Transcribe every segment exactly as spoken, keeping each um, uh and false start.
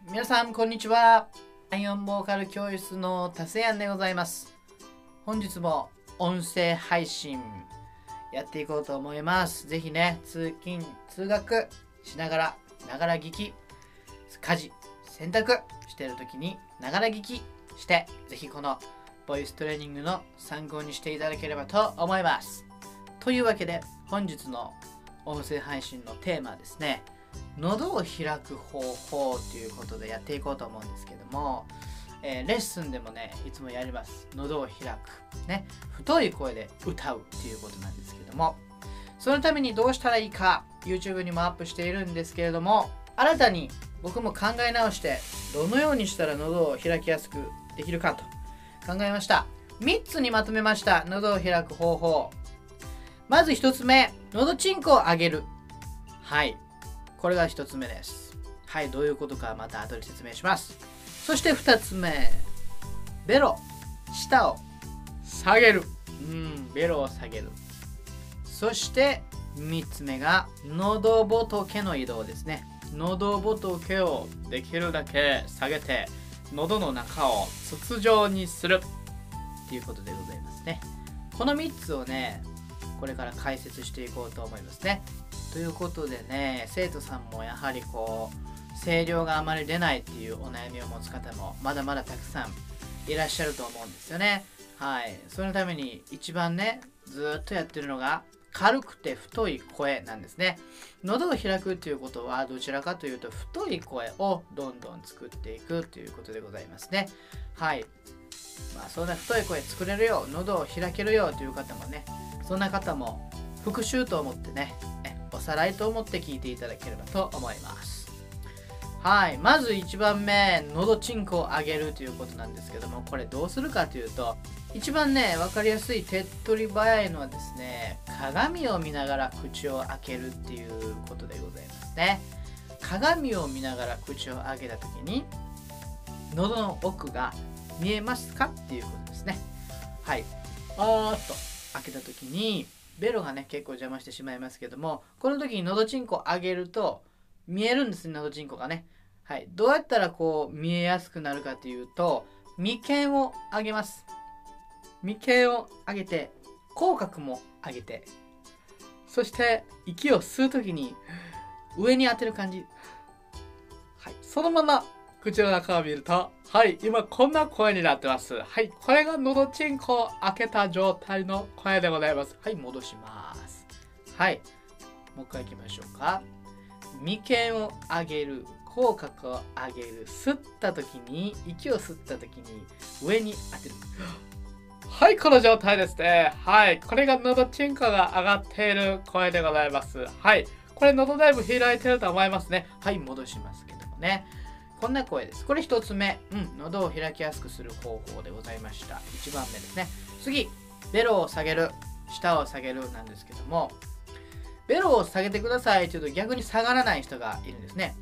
皆さんこんにちは。アイオンボーカル教室のタセヤンでございます。本日も音声配信やっていこうと思います。ぜひね、通勤通学しながらながら聞き、家事洗濯している時にながら聞きして、ぜひこのボイストレーニングの参考にしていただければと思います。というわけで本日の音声配信のテーマはですね、喉を開く方法ということでやっていこうと思うんですけども、えー、レッスンでもねいつもやります。喉を開くね、太い声で歌うっていうことなんですけども、そのためにどうしたらいいか YouTube にもアップしているんですけれども、新たに僕も考え直してどのようにしたら喉を開きやすくできるかと考えました。みっつにまとめました。喉を開く方法。まずひとつめ、喉チンコを上げる。はい、これがひとつめです。はい、どういうことかまた後で説明します。そしてふたつめ、ベロ、舌を下げる。うん、ベロを下げる。そしてみっつめが喉仏の移動ですね。喉仏をできるだけ下げて喉の中を筒状にするっていうことでございますね。このみっつをね、これから解説していこうと思いますね。ということでね、生徒さんもやはりこう声量があまり出ないっていうお悩みを持つ方もまだまだたくさんいらっしゃると思うんですよね。はい、そのために一番ねずっとやってるのが軽くて太い声なんですね。喉を開くっていうことはどちらかというと太い声をどんどん作っていくということでございますね。はい、まあそんな太い声作れるよ、喉を開けるよという方もね、そんな方も復習と思ってね、おさらいと思って聞いていただければと思います。はい、まずいちばんめ、喉チンコを上げるということなんですけども、これどうするかというと、一番ね分かりやすい手っ取り早いのはですね、鏡を見ながら口を開けるっていうことでございますね。鏡を見ながら口を開けた時に喉の奥が見えますかっていうことですね。はい、あーっと開けた時にベロがね結構邪魔してしまいますけども、この時に喉チンコを上げると見えるんですね、喉チンコがね。はい、どうやったらこう見えやすくなるかというと、眉間を上げます。眉間を上げて口角も上げて、そして息を吸う時に上に当てる感じ。はい、そのまま口の中を見ると、はい、今こんな声になってます。はい、これが喉チンコを開けた状態の声でございます。はい、戻します。はい、もう一回いきましょうか。眉間を上げる、口角を上げる、吸った時に、息を吸った時に上に当てる。はい、この状態ですね。はい、これが喉チンコが上がっている声でございます。はい、これ喉だいぶ開いてると思いますね。はい、戻しますけどもね、こんな声です。これひとつめ、うん、喉を開きやすくする方法でございました。いちばんめですね。次、ベロを下げる、舌を下げるなんですけども、ベロを下げてくださいというと逆に下がらない人がいるんですね。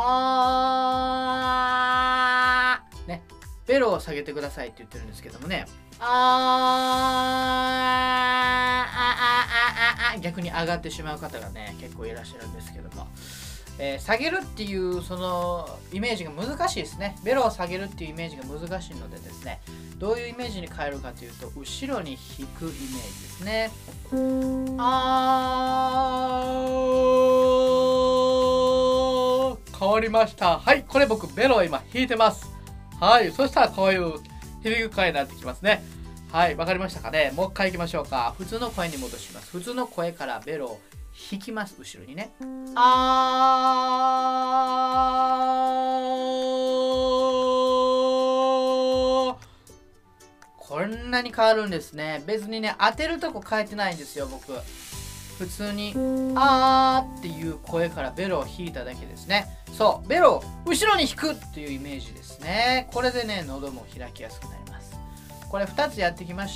あーね、ベロを下げてくださいって言ってるんですけどもね、あーああああ逆に上がってしまう方がね結構いらっしゃるんですけども、えー、下げるっていうそのイメージが難しいですね。ベロを下げるっていうイメージが難しいのでですね、どういうイメージに変えるかというと、後ろに引くイメージですね。あー、変わりました。はい、これ僕ベロを今引いてます。はい、そしたらこういう響く声になってきますね。はい、わかりましたかね。もう一回いきましょうか。普通の声に戻します。普通の声からベロを引きます。後ろにね。あー、こんなに変わるんですね。別にね、当てるとこ変えてないんですよ、僕。普通にあーっていう声からベロを引いただけですね。そう、ベロを後ろに引くっていうイメージですね。これでね、喉も開きやすくなります。これふたつやってきました。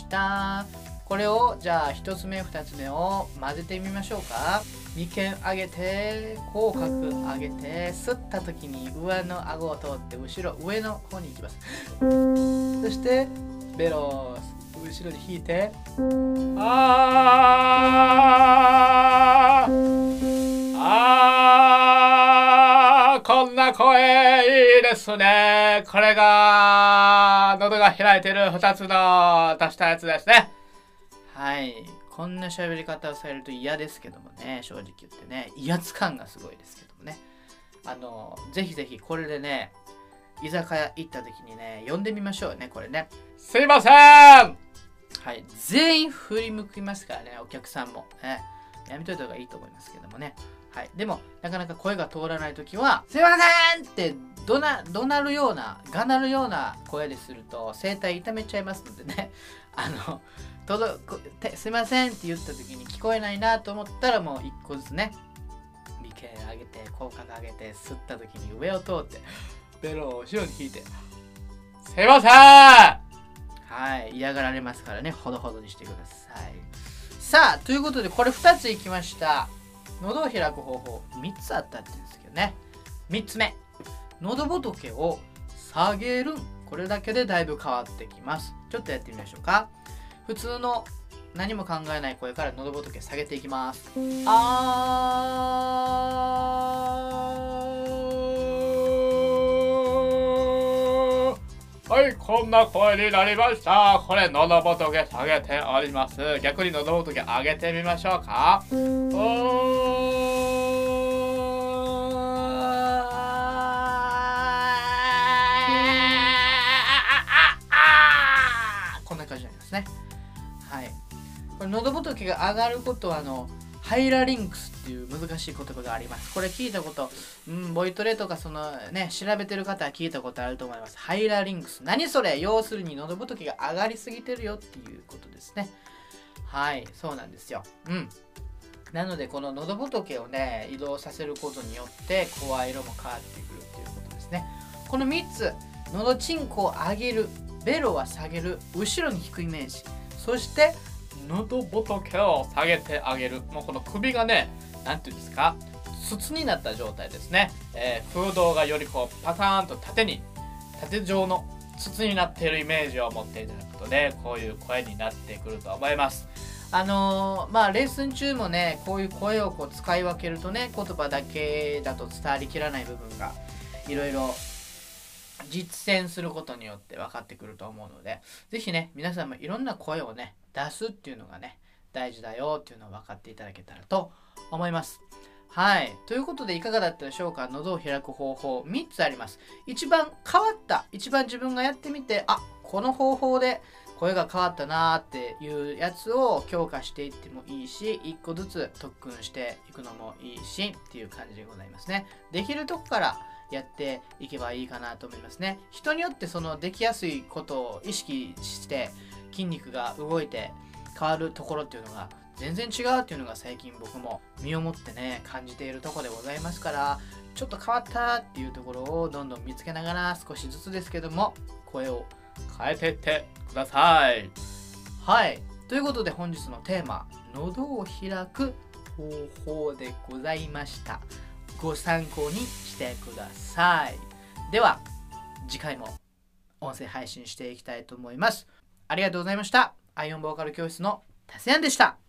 これをじゃあひとつめふたつめを混ぜてみましょうか。眉間上げて、口角上げて、吸った時に上の顎を通って後ろ上の方に行きます。そしてベロを後ろに引いて、あーあーこんな声いいですね。これが、喉が開いてる二つの出したやつですね。はい。こんな喋り方をされると嫌ですけどもね、正直言ってね、威圧感がすごいですけどもね。あの、ぜひぜひこれでね、居酒屋行った時にね、呼んでみましょうね、これね。すいません。はい。全員振り向きますからね、お客さんも。ね、やめといた方がいいと思いますけどもね。はい。でも、なかなか声が通らない時は、すいませんって怒な、怒鳴るような、がなるような声ですると、声帯痛めちゃいますのでね。あの、届く、すいませんって言った時に聞こえないなと思ったら、もう一個ずつね、眉毛上げて、口角上げて、吸った時に上を通って、ベロを後ろに引いて、すいません。はい。嫌がられますからね、ほどほどにしてください。さあ、ということで、これふたついきました。喉を開く方法、みっつあったって言うんですけどね。みっつめ。喉仏を下げる。これだけでだいぶ変わってきます。ちょっとやってみましょうか。普通の何も考えない声から喉仏下げていきます。あー。はい、こんな声になりました。これ、喉仏下げております。逆に喉仏上げてみましょうか。おこんな感じになりますね。はい。これ、喉仏が上がることは、あの、ハイラリンクスっていう難しい言葉があります。これ聞いたこと、うん、ボイトレとかそのね、調べてる方は聞いたことあると思います。ハイラリンクス。何それ？要するに喉仏が上がりすぎてるよっていうことですね。はい、そうなんですよ。うん。なので、この喉仏をね、移動させることによって、声色も変わってくるっていうことですね。このみっつ、喉チンコを上げる、ベロは下げる、後ろに引くイメージ。そして、喉仏を下げてあげる。もうこの首がね、なんていうんですか、筒になった状態ですね。えー、風洞がよりこうパカーンと縦に、縦状の筒になっているイメージを持っていただくことで、こういう声になってくると思います。あのー、まあレッスン中もね、こういう声をこう使い分けるとね、言葉だけだと伝わりきらない部分がいろいろ実践することによって分かってくると思うので、ぜひね、皆さんもいろんな声をね、出すっていうのがね、大事だよっていうのを分かっていただけたらと思います。はい。ということでいかがだったでしょうか。喉を開く方法みっつあります。一番変わった、一番自分がやってみて、あ、この方法で声が変わったなーっていうやつを強化していってもいいし、一個ずつ特訓していくのもいいしっていう感じでございますね。できるとこからやっていけばいいかなと思いますね。人によってそのできやすいことを意識して筋肉が動いて変わるところっていうのが全然違うっていうのが最近僕も身をもってね感じているところでございますから、ちょっと変わったっていうところをどんどん見つけながら少しずつですけども声を変えていってください。はい、ということで本日のテーマ、喉を開く方法でございました。ご参考にしてください。では次回も音声配信していきたいと思います。ありがとうございました。アイオンボーカル教室のタスヤンでした。